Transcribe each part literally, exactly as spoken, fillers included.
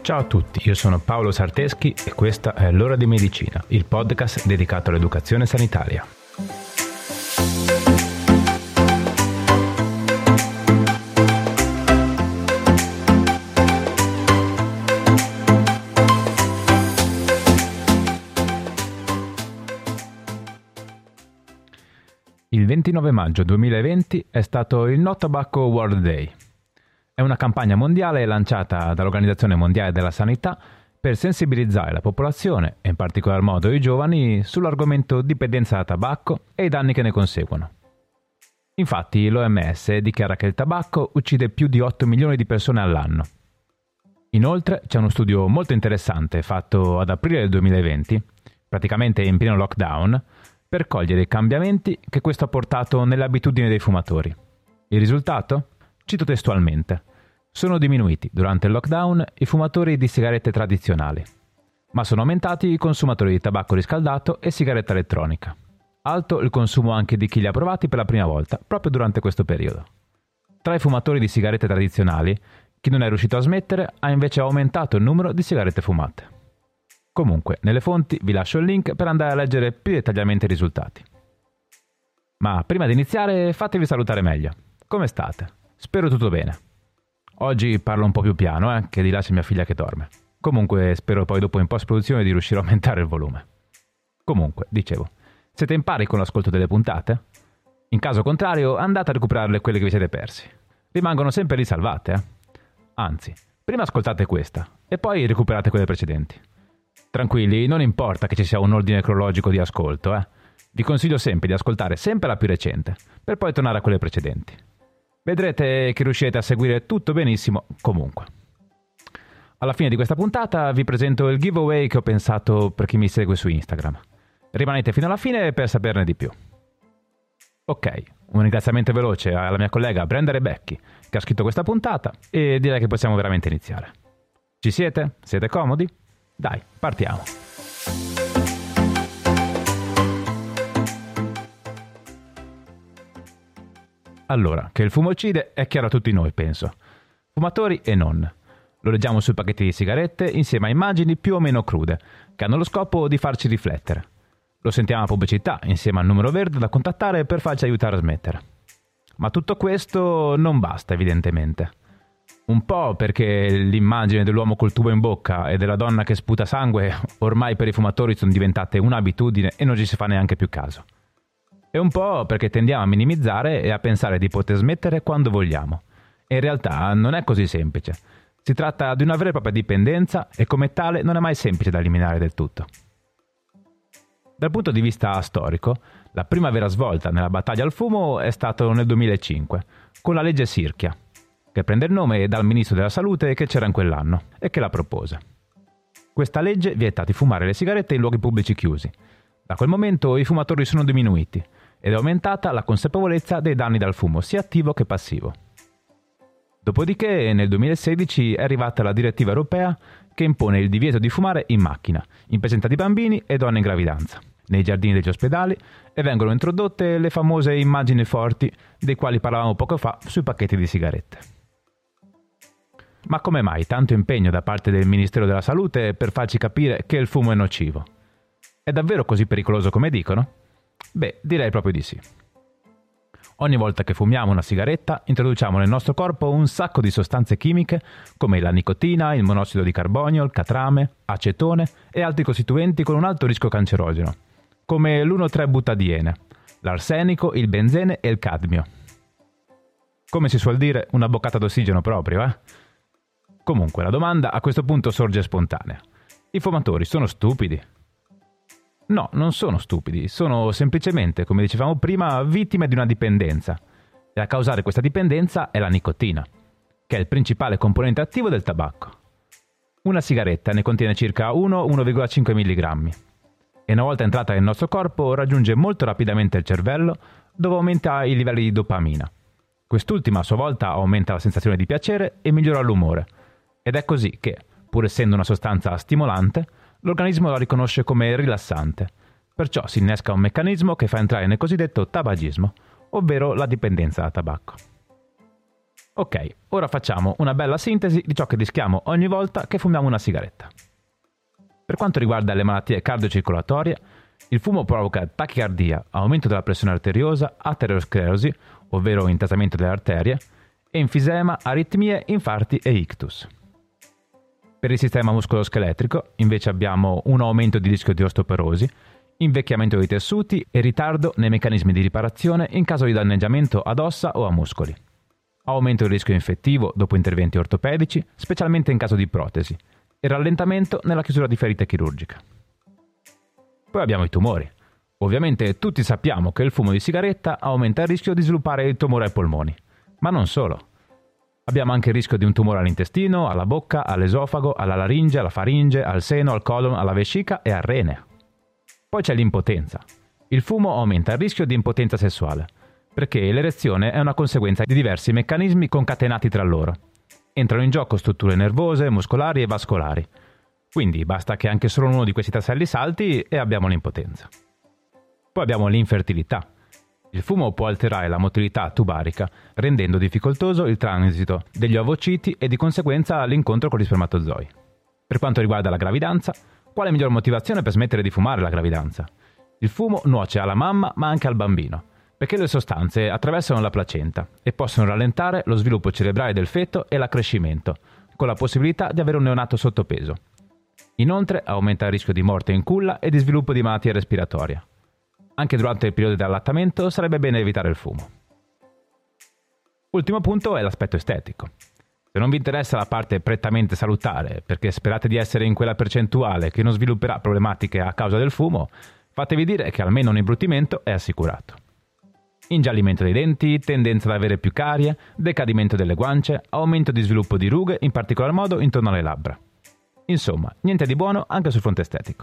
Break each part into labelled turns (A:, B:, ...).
A: Ciao a tutti, io sono Paolo Sarteschi e questa è L'Ora di Medicina, il podcast dedicato all'educazione sanitaria. Il ventinove maggio duemilaventi è stato il No Tobacco World Day. È una campagna mondiale lanciata dall'Organizzazione Mondiale della Sanità per sensibilizzare la popolazione, e in particolar modo i giovani, sull'argomento dipendenza da tabacco e i danni che ne conseguono. Infatti l'O M S dichiara che il tabacco uccide più di otto milioni di persone all'anno. Inoltre c'è uno studio molto interessante fatto ad aprile del duemilaventi, praticamente in pieno lockdown, per cogliere i cambiamenti che questo ha portato nelle abitudini dei fumatori. Il risultato? Cito testualmente: sono diminuiti durante il lockdown i fumatori di sigarette tradizionali, ma sono aumentati i consumatori di tabacco riscaldato e sigaretta elettronica. Alto il consumo anche di chi li ha provati per la prima volta, proprio durante questo periodo. Tra i fumatori di sigarette tradizionali, chi non è riuscito a smettere ha invece aumentato il numero di sigarette fumate. Comunque, nelle fonti vi lascio il link per andare a leggere più dettagliatamente i risultati. Ma prima di iniziare, fatevi salutare meglio. Come state? Spero tutto bene. Oggi parlo un po' più piano, eh, che di là c'è mia figlia che dorme. Comunque spero poi dopo in post-produzione di riuscire a aumentare il volume. Comunque, dicevo, siete in pari con l'ascolto delle puntate? In caso contrario, andate a recuperarle quelle che vi siete persi. Rimangono sempre lì salvate, eh? Anzi, prima ascoltate questa e poi recuperate quelle precedenti. Tranquilli, non importa che ci sia un ordine cronologico di ascolto, eh. Vi consiglio sempre di ascoltare sempre la più recente, per poi tornare a quelle precedenti. Vedrete che riuscirete a seguire tutto benissimo comunque. Alla fine di questa puntata vi presento il giveaway che ho pensato per chi mi segue su Instagram. Rimanete fino alla fine per saperne di più. Ok, un ringraziamento veloce alla mia collega Brenda Rebecchi che ha scritto questa puntata e direi che possiamo veramente iniziare. Ci siete? Siete comodi? Dai, partiamo! Allora, che il fumo uccide è chiaro a tutti noi, penso. Fumatori e non. Lo leggiamo sui pacchetti di sigarette insieme a immagini più o meno crude, che hanno lo scopo di farci riflettere. Lo sentiamo a pubblicità insieme al numero verde da contattare per farci aiutare a smettere. Ma tutto questo non basta, evidentemente. Un po' perché l'immagine dell'uomo col tubo in bocca e della donna che sputa sangue ormai per i fumatori sono diventate un'abitudine e non ci si fa neanche più caso. E un po' perché tendiamo a minimizzare e a pensare di poter smettere quando vogliamo. E in realtà non è così semplice. Si tratta di una vera e propria dipendenza e come tale non è mai semplice da eliminare del tutto. Dal punto di vista storico, la prima vera svolta nella battaglia al fumo è stato nel duemilacinque, con la legge Sirchia, che prende il nome dal ministro della salute che c'era in quell'anno e che la propose. Questa legge vieta di fumare le sigarette in luoghi pubblici chiusi. Da quel momento i fumatori sono diminuiti ed è aumentata la consapevolezza dei danni dal fumo, sia attivo che passivo. Dopodiché, nel duemilasedici è arrivata la direttiva europea che impone il divieto di fumare in macchina, in presenza di bambini e donne in gravidanza, nei giardini degli ospedali, e vengono introdotte le famose immagini forti dei quali parlavamo poco fa sui pacchetti di sigarette. Ma come mai tanto impegno da parte del Ministero della Salute per farci capire che il fumo è nocivo? È davvero così pericoloso come dicono? Beh, direi proprio di sì. Ogni volta che fumiamo una sigaretta introduciamo nel nostro corpo un sacco di sostanze chimiche come la nicotina, il monossido di carbonio, il catrame, acetone e altri costituenti con un alto rischio cancerogeno, come l'uno tre butadiene, l'arsenico, il benzene e il cadmio. Come si suol dire, una boccata d'ossigeno proprio, eh? Comunque, la domanda a questo punto sorge spontanea. I fumatori sono stupidi? No, non sono stupidi, sono semplicemente, come dicevamo prima, vittime di una dipendenza. E a causare questa dipendenza è la nicotina, che è il principale componente attivo del tabacco. Una sigaretta ne contiene circa uno uno virgola cinque milligrammi e una volta entrata nel nostro corpo raggiunge molto rapidamente il cervello, dove aumenta i livelli di dopamina. Quest'ultima a sua volta aumenta la sensazione di piacere e migliora l'umore. Ed è così che, pur essendo una sostanza stimolante, l'organismo la riconosce come rilassante, perciò si innesca un meccanismo che fa entrare nel cosiddetto tabagismo, ovvero la dipendenza da tabacco. Ok, ora facciamo una bella sintesi di ciò che rischiamo ogni volta che fumiamo una sigaretta. Per quanto riguarda le malattie cardiocircolatorie, il fumo provoca tachicardia, aumento della pressione arteriosa, aterosclerosi, ovvero intasamento delle arterie, enfisema, aritmie, infarti e ictus. Per il sistema muscoloscheletrico, invece, abbiamo un aumento di rischio di osteoporosi, invecchiamento dei tessuti e ritardo nei meccanismi di riparazione in caso di danneggiamento ad ossa o a muscoli. Aumento del rischio infettivo dopo interventi ortopedici, specialmente in caso di protesi, e rallentamento nella chiusura di ferite chirurgiche. Poi abbiamo i tumori. Ovviamente tutti sappiamo che il fumo di sigaretta aumenta il rischio di sviluppare il tumore ai polmoni, ma non solo. Abbiamo anche il rischio di un tumore all'intestino, alla bocca, all'esofago, alla laringe, alla faringe, al seno, al colon, alla vescica e al rene. Poi c'è l'impotenza. Il fumo aumenta il rischio di impotenza sessuale, perché l'erezione è una conseguenza di diversi meccanismi concatenati tra loro. Entrano in gioco strutture nervose, muscolari e vascolari. Quindi basta che anche solo uno di questi tasselli salti e abbiamo l'impotenza. Poi abbiamo l'infertilità. Il fumo può alterare la motilità tubarica, rendendo difficoltoso il transito degli ovociti e di conseguenza l'incontro con gli spermatozoi. Per quanto riguarda la gravidanza, quale miglior motivazione per smettere di fumare la gravidanza? Il fumo nuoce alla mamma ma anche al bambino, perché le sostanze attraversano la placenta e possono rallentare lo sviluppo cerebrale del feto e l'accrescimento, con la possibilità di avere un neonato sottopeso. Inoltre aumenta il rischio di morte in culla e di sviluppo di malattia respiratoria. Anche durante il periodo di allattamento sarebbe bene evitare il fumo. Ultimo punto è l'aspetto estetico. Se non vi interessa la parte prettamente salutare, perché sperate di essere in quella percentuale che non svilupperà problematiche a causa del fumo, fatevi dire che almeno un imbruttimento è assicurato. Ingiallimento dei denti, tendenza ad avere più carie, decadimento delle guance, aumento di sviluppo di rughe, in particolar modo intorno alle labbra. Insomma, niente di buono anche sul fronte estetico.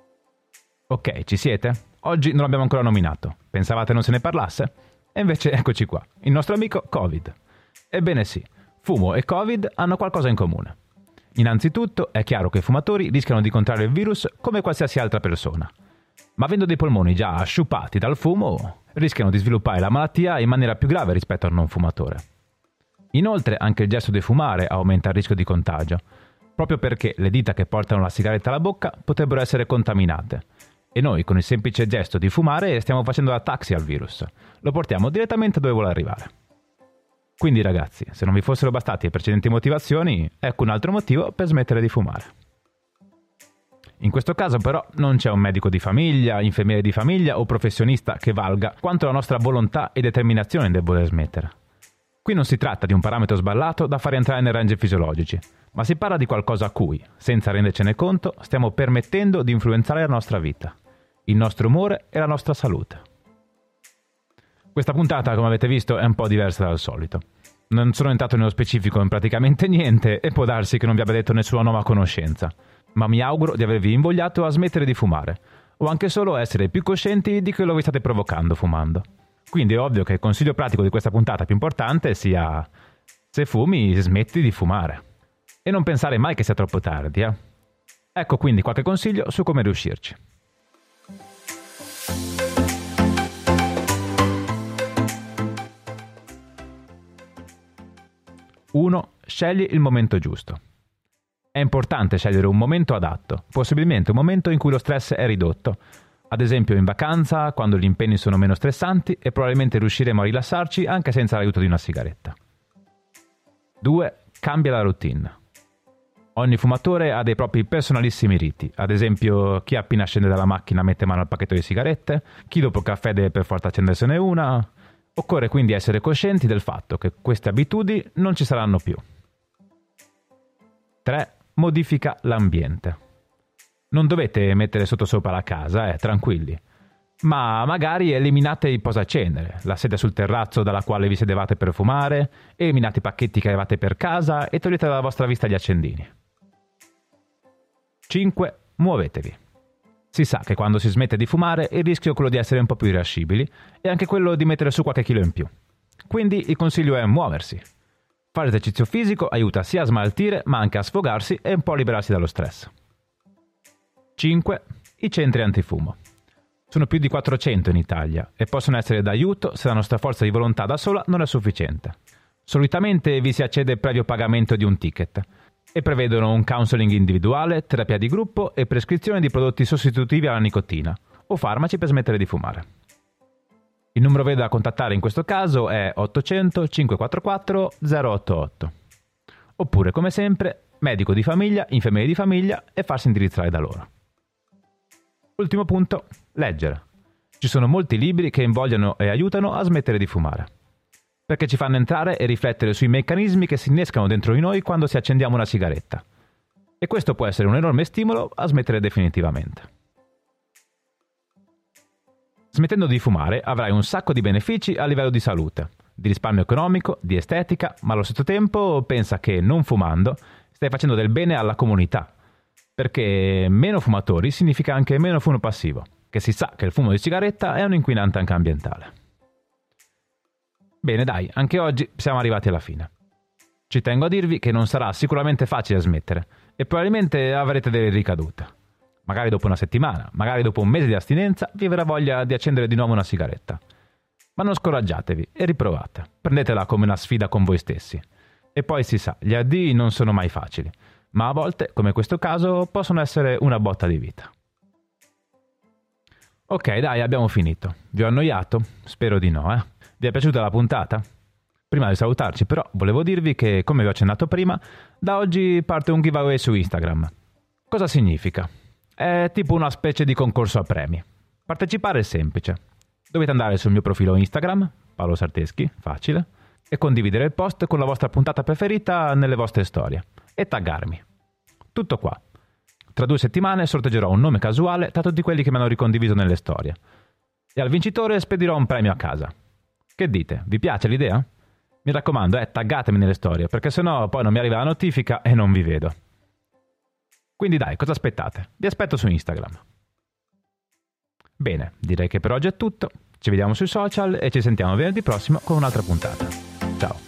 A: Ok, ci siete? Oggi non l'abbiamo ancora nominato. Pensavate non se ne parlasse? E invece eccoci qua, il nostro amico Covid. Ebbene sì, fumo e Covid hanno qualcosa in comune. Innanzitutto è chiaro che i fumatori rischiano di contrarre il virus come qualsiasi altra persona. Ma avendo dei polmoni già asciupati dal fumo, rischiano di sviluppare la malattia in maniera più grave rispetto al non fumatore. Inoltre anche il gesto di fumare aumenta il rischio di contagio, proprio perché le dita che portano la sigaretta alla bocca potrebbero essere contaminate. E noi con il semplice gesto di fumare stiamo facendo da taxi al virus. Lo portiamo direttamente dove vuole arrivare. Quindi ragazzi, se non vi fossero bastati le precedenti motivazioni, ecco un altro motivo per smettere di fumare. In questo caso però non c'è un medico di famiglia, infermiere di famiglia o professionista che valga quanto la nostra volontà e determinazione nel voler smettere. Qui non si tratta di un parametro sballato da far entrare nei range fisiologici, ma si parla di qualcosa a cui, senza rendercene conto, stiamo permettendo di influenzare la nostra vita, il nostro umore e la nostra salute. Questa puntata, come avete visto, è un po' diversa dal solito. Non sono entrato nello specifico in praticamente niente e può darsi che non vi abbia detto nessuna nuova conoscenza, ma mi auguro di avervi invogliato a smettere di fumare, o anche solo a essere più coscienti di quello che vi state provocando fumando. Quindi è ovvio che il consiglio pratico di questa puntata più importante sia: se fumi, smetti di fumare. E non pensare mai che sia troppo tardi, eh? Ecco quindi qualche consiglio su come riuscirci. uno. Scegli il momento giusto. È importante scegliere un momento adatto, possibilmente un momento in cui lo stress è ridotto, ad esempio in vacanza, quando gli impegni sono meno stressanti e probabilmente riusciremo a rilassarci anche senza l'aiuto di una sigaretta. due. Cambia la routine. Ogni fumatore ha dei propri personalissimi riti, ad esempio chi appena scende dalla macchina mette mano al pacchetto di sigarette, chi dopo il caffè deve per forza accendersene una. Occorre quindi essere coscienti del fatto che queste abitudini non ci saranno più. tre. Modifica l'ambiente. Non dovete mettere sottosopra la casa, eh, tranquilli. Ma magari eliminate il posacenere, la sedia sul terrazzo dalla quale vi sedevate per fumare, eliminate i pacchetti che avevate per casa e togliete dalla vostra vista gli accendini. cinque. Muovetevi. Si sa che quando si smette di fumare il rischio è quello di essere un po' più irascibili e anche quello di mettere su qualche chilo in più. Quindi il consiglio è muoversi. Fare esercizio fisico aiuta sia a smaltire ma anche a sfogarsi e un po' a liberarsi dallo stress. cinque. I centri antifumo. Sono più di quattrocento in Italia e possono essere d'aiuto se la nostra forza di volontà da sola non è sufficiente. Solitamente vi si accede previo pagamento di un ticket e prevedono un counseling individuale, terapia di gruppo e prescrizione di prodotti sostitutivi alla nicotina o farmaci per smettere di fumare. Il numero verde da contattare in questo caso è ottocento cinquecentoquarantaquattro zero ottantotto. Oppure, come sempre, medico di famiglia, infermiere di famiglia e farsi indirizzare da loro. Ultimo punto, leggere. Ci sono molti libri che invogliano e aiutano a smettere di fumare, perché ci fanno entrare e riflettere sui meccanismi che si innescano dentro di noi quando si accendiamo una sigaretta. E questo può essere un enorme stimolo a smettere definitivamente. Smettendo di fumare avrai un sacco di benefici a livello di salute, di risparmio economico, di estetica, ma allo stesso tempo pensa che non fumando stai facendo del bene alla comunità, perché meno fumatori significa anche meno fumo passivo, che si sa che il fumo di sigaretta è un inquinante anche ambientale. Bene dai, anche oggi siamo arrivati alla fine. Ci tengo a dirvi che non sarà sicuramente facile a smettere e probabilmente avrete delle ricadute. Magari dopo una settimana, magari dopo un mese di astinenza vi verrà voglia di accendere di nuovo una sigaretta. Ma non scoraggiatevi e riprovate. Prendetela come una sfida con voi stessi. E poi si sa, gli addii non sono mai facili, ma a volte, come questo caso, possono essere una botta di vita. Ok, dai, abbiamo finito. Vi ho annoiato? Spero di no, eh. Vi è piaciuta la puntata? Prima di salutarci, però, volevo dirvi che, come vi ho accennato prima, da oggi parte un giveaway su Instagram. Cosa significa? È tipo una specie di concorso a premi. Partecipare è semplice. Dovete andare sul mio profilo Instagram, Paolo Sarteschi, facile, e condividere il post con la vostra puntata preferita nelle vostre storie. E taggarmi. Tutto qua. Tra due settimane sorteggerò un nome casuale tra tutti quelli che mi hanno ricondiviso nelle storie. E al vincitore spedirò un premio a casa. Che dite? Vi piace l'idea? Mi raccomando, eh, taggatemi nelle storie, perché sennò poi non mi arriva la notifica e non vi vedo. Quindi dai, cosa aspettate? Vi aspetto su Instagram. Bene, direi che per oggi è tutto. Ci vediamo sui social e ci sentiamo venerdì prossimo con un'altra puntata. Ciao!